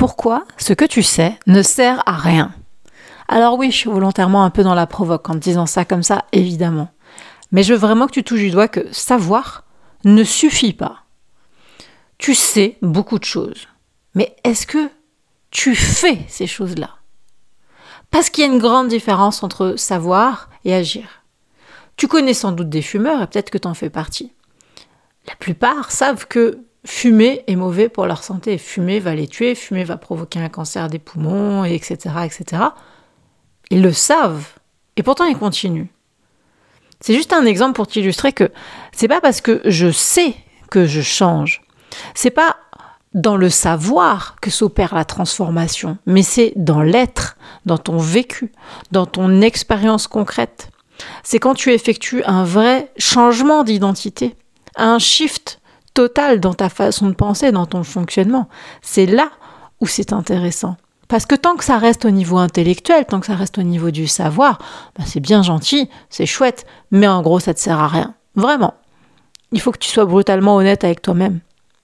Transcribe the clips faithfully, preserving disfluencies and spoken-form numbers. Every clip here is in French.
pourquoi ce que tu sais ne sert à rien. Alors oui, je suis volontairement un peu dans la provoque en te disant ça comme ça, évidemment. Mais je veux vraiment que tu touches du doigt que savoir ne suffit pas. Tu sais beaucoup de choses, mais est-ce que tu fais ces choses-là ? Parce qu'il y a une grande différence entre savoir et agir. Tu connais sans doute des fumeurs et peut-être que tu en fais partie. La plupart savent que fumer est mauvais pour leur santé. Fumer va les tuer, fumer va provoquer un cancer des poumons, et cetera, et cetera. Ils le savent et pourtant ils continuent. C'est juste un exemple pour t'illustrer que c'est pas parce que je sais que je change. C'est pas dans le savoir que s'opère la transformation, mais c'est dans l'être, dans ton vécu, dans ton expérience concrète. C'est quand tu effectues un vrai changement d'identité, un shift total dans ta façon de penser, dans ton fonctionnement. C'est là où c'est intéressant. Parce que tant que ça reste au niveau intellectuel, tant que ça reste au niveau du savoir, bah c'est bien gentil, c'est chouette, mais en gros ça ne te sert à rien. Vraiment. Il faut que tu sois brutalement honnête avec toi-même.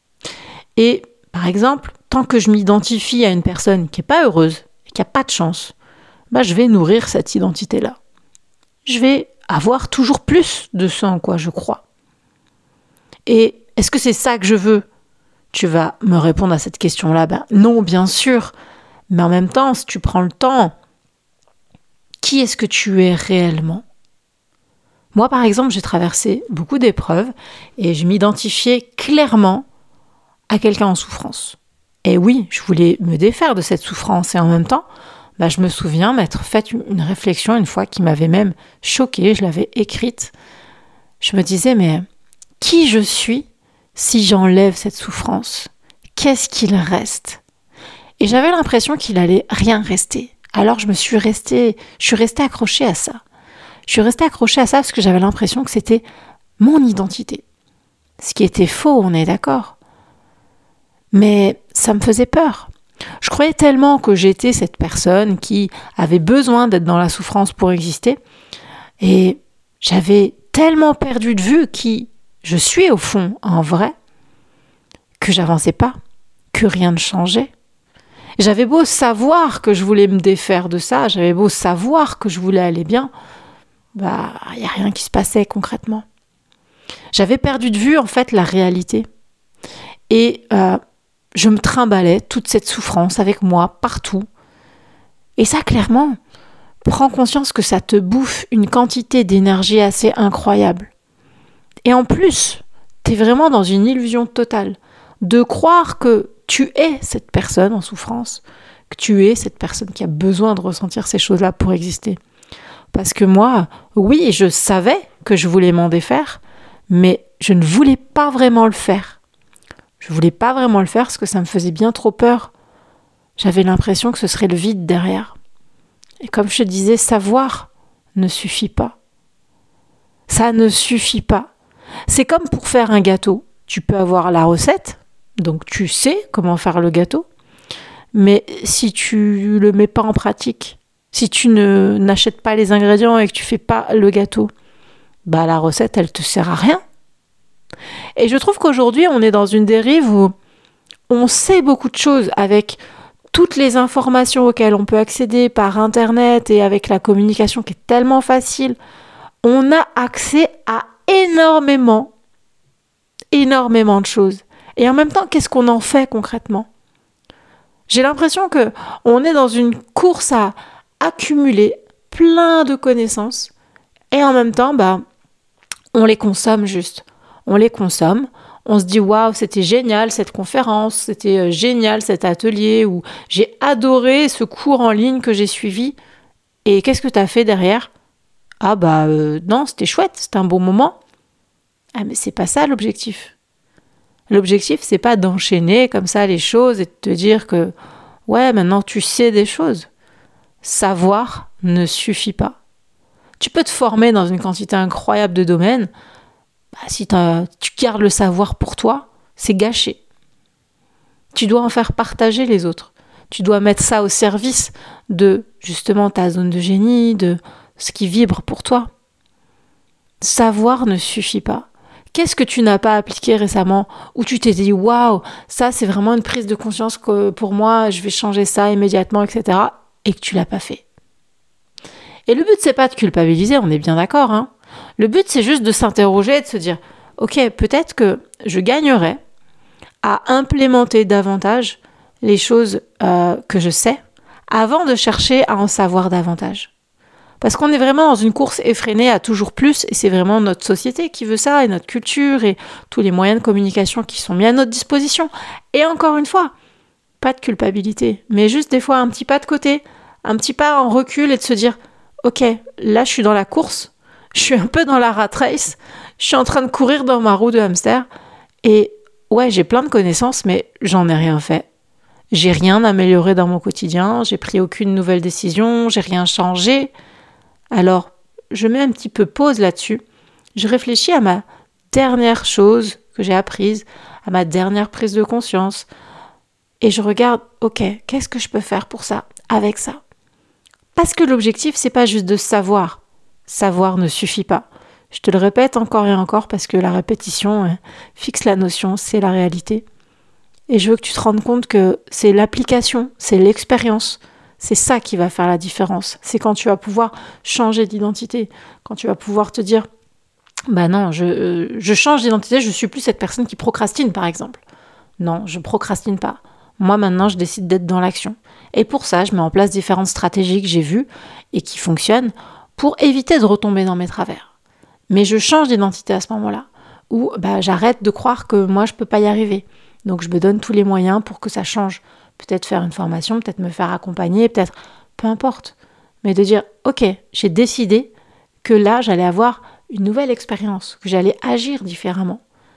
Et par exemple, tant que je m'identifie à une personne qui n'est pas heureuse, qui n'a pas de chance, bah je vais nourrir cette identité-là. Je vais avoir toujours plus de ce en quoi je crois. Et est-ce que c'est ça que je veux ? Tu vas me répondre à cette question-là. Ben non, bien sûr. Mais en même temps, si tu prends le temps, qui est-ce que tu es réellement ? Moi, par exemple, j'ai traversé beaucoup d'épreuves et je m'identifiais clairement à quelqu'un en souffrance. Et oui, je voulais me défaire de cette souffrance. Et en même temps, bah, je me souviens m'être fait une réflexion une fois qui m'avait même choquée. Je l'avais écrite. Je me disais, mais qui je suis si j'enlève cette souffrance ? Qu'est-ce qu'il reste ? Et j'avais l'impression qu'il allait rien rester. Alors je me suis restée, je suis restée accrochée à ça. Je suis restée accrochée à ça parce que j'avais l'impression que c'était mon identité. Ce qui était faux, on est d'accord. Mais ça me faisait peur. Je croyais tellement que j'étais cette personne qui avait besoin d'être dans la souffrance pour exister. Et j'avais tellement perdu de vue qui je suis au fond, en vrai, que j'avançais pas, que rien ne changeait. J'avais beau savoir que je voulais me défaire de ça, j'avais beau savoir que je voulais aller bien, bah, il n'y a rien qui se passait concrètement. J'avais perdu de vue, en fait, la réalité. Et euh, je me trimballais toute cette souffrance avec moi, partout. Et ça, clairement, prends conscience que ça te bouffe une quantité d'énergie assez incroyable. Et en plus, t'es vraiment dans une illusion totale de croire que tu es cette personne en souffrance, que tu es cette personne qui a besoin de ressentir ces choses-là pour exister. Parce que moi, oui, je savais que je voulais m'en défaire, mais je ne voulais pas vraiment le faire. Je voulais pas vraiment le faire parce que ça me faisait bien trop peur. J'avais l'impression que ce serait le vide derrière. Et comme je te disais, savoir ne suffit pas. Ça ne suffit pas. C'est comme pour faire un gâteau. Tu peux avoir la recette, donc tu sais comment faire le gâteau, mais si tu le mets pas en pratique, si tu ne n'achètes pas les ingrédients et que tu fais pas le gâteau, bah la recette, elle te sert à rien. Et je trouve qu'aujourd'hui, on est dans une dérive où on sait beaucoup de choses avec toutes les informations auxquelles on peut accéder par Internet et avec la communication qui est tellement facile. On a accès à énormément, énormément de choses. Et en même temps, qu'est-ce qu'on en fait concrètement ? J'ai l'impression qu'on est dans une course à accumuler plein de connaissances et en même temps, bah, on les consomme juste. On les consomme, on se dit « Waouh, c'était génial cette conférence, c'était génial cet atelier » ou « J'ai adoré ce cours en ligne que j'ai suivi. » Et qu'est-ce que tu as fait derrière ? Ah bah euh, non, c'était chouette, c'était un bon moment. Ah mais c'est pas ça l'objectif. L'objectif, c'est pas d'enchaîner comme ça les choses et de te dire que ouais, maintenant tu sais des choses. Savoir ne suffit pas. Tu peux te former dans une quantité incroyable de domaines. Bah, si tu gardes le savoir pour toi, c'est gâché. Tu dois en faire partager les autres. Tu dois mettre ça au service de justement ta zone de génie, de ce qui vibre pour toi. Savoir ne suffit pas. Qu'est-ce que tu n'as pas appliqué récemment où tu t'es dit waouh, ça c'est vraiment une prise de conscience que pour moi, je vais changer ça immédiatement, et cetera. Et que tu l'as pas fait. Et le but, c'est pas de culpabiliser, on est bien d'accord. Hein. Le but, c'est juste de s'interroger et de se dire ok, peut-être que je gagnerais à implémenter davantage les choses euh, que je sais avant de chercher à en savoir davantage. Parce qu'on est vraiment dans une course effrénée à toujours plus, et c'est vraiment notre société qui veut ça, et notre culture, et tous les moyens de communication qui sont mis à notre disposition. Et encore une fois, pas de culpabilité, mais juste des fois un petit pas de côté, un petit pas en recul, et de se dire « Ok, là je suis dans la course, je suis un peu dans la rat race, je suis en train de courir dans ma roue de hamster, et ouais, j'ai plein de connaissances, mais j'en ai rien fait. J'ai rien amélioré dans mon quotidien, j'ai pris aucune nouvelle décision, j'ai rien changé. » Alors, je mets un petit peu pause là-dessus. Je réfléchis à ma dernière chose que j'ai apprise, à ma dernière prise de conscience. Et je regarde, ok, qu'est-ce que je peux faire pour ça, avec ça ? Parce que l'objectif, c'est pas juste de savoir. Savoir ne suffit pas. Je te le répète encore et encore parce que la répétition hein, fixe la notion, c'est la réalité. Et je veux que tu te rendes compte que c'est l'application, c'est l'expérience. C'est ça qui va faire la différence. C'est quand tu vas pouvoir changer d'identité, quand tu vas pouvoir te dire « Bah non, je, euh, je change d'identité, je suis plus cette personne qui procrastine, par exemple. » Non, je procrastine pas. Moi, maintenant, je décide d'être dans l'action. Et pour ça, je mets en place différentes stratégies que j'ai vues et qui fonctionnent pour éviter de retomber dans mes travers. Mais je change d'identité à ce moment-là, où bah, j'arrête de croire que moi, je peux pas y arriver. Donc, je me donne tous les moyens pour que ça change. Peut-être faire une formation, peut-être me faire accompagner, peut-être, peu importe. Mais de dire, ok, j'ai décidé que là, j'allais avoir une nouvelle expérience, que j'allais agir différemment.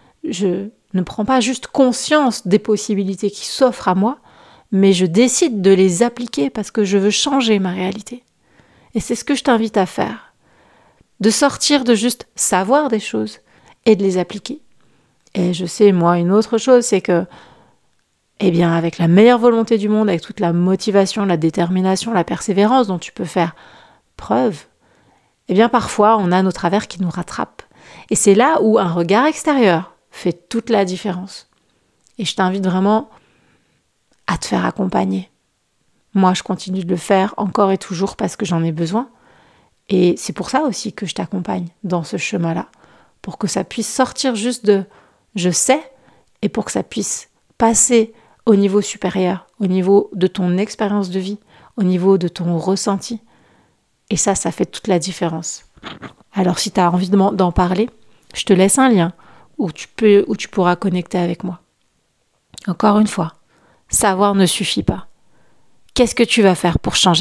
Je ne prends pas juste conscience des possibilités qui s'offrent à moi, mais je décide de les appliquer parce que je veux changer ma réalité. Et c'est ce que je t'invite à faire. De sortir de juste savoir des choses et de les appliquer. Et je sais, moi, une autre chose, c'est que eh bien, avec la meilleure volonté du monde, avec toute la motivation, la détermination, la persévérance dont tu peux faire preuve, eh bien, parfois, on a nos travers qui nous rattrapent. Et c'est là où un regard extérieur fait toute la différence. Et je t'invite vraiment à te faire accompagner. Moi, je continue de le faire encore et toujours parce que j'en ai besoin. Et c'est pour ça aussi que je t'accompagne dans ce chemin-là, pour que ça puisse sortir juste de « je sais » et pour que ça puisse passer au niveau supérieur, au niveau de ton expérience de vie, au niveau de ton ressenti. Et ça, ça fait toute la différence. Alors, si tu as envie d'en parler, je te laisse un lien où tu peux, où tu pourras connecter avec moi. Encore une fois, savoir ne suffit pas. Qu'est-ce que tu vas faire pour changer ça ?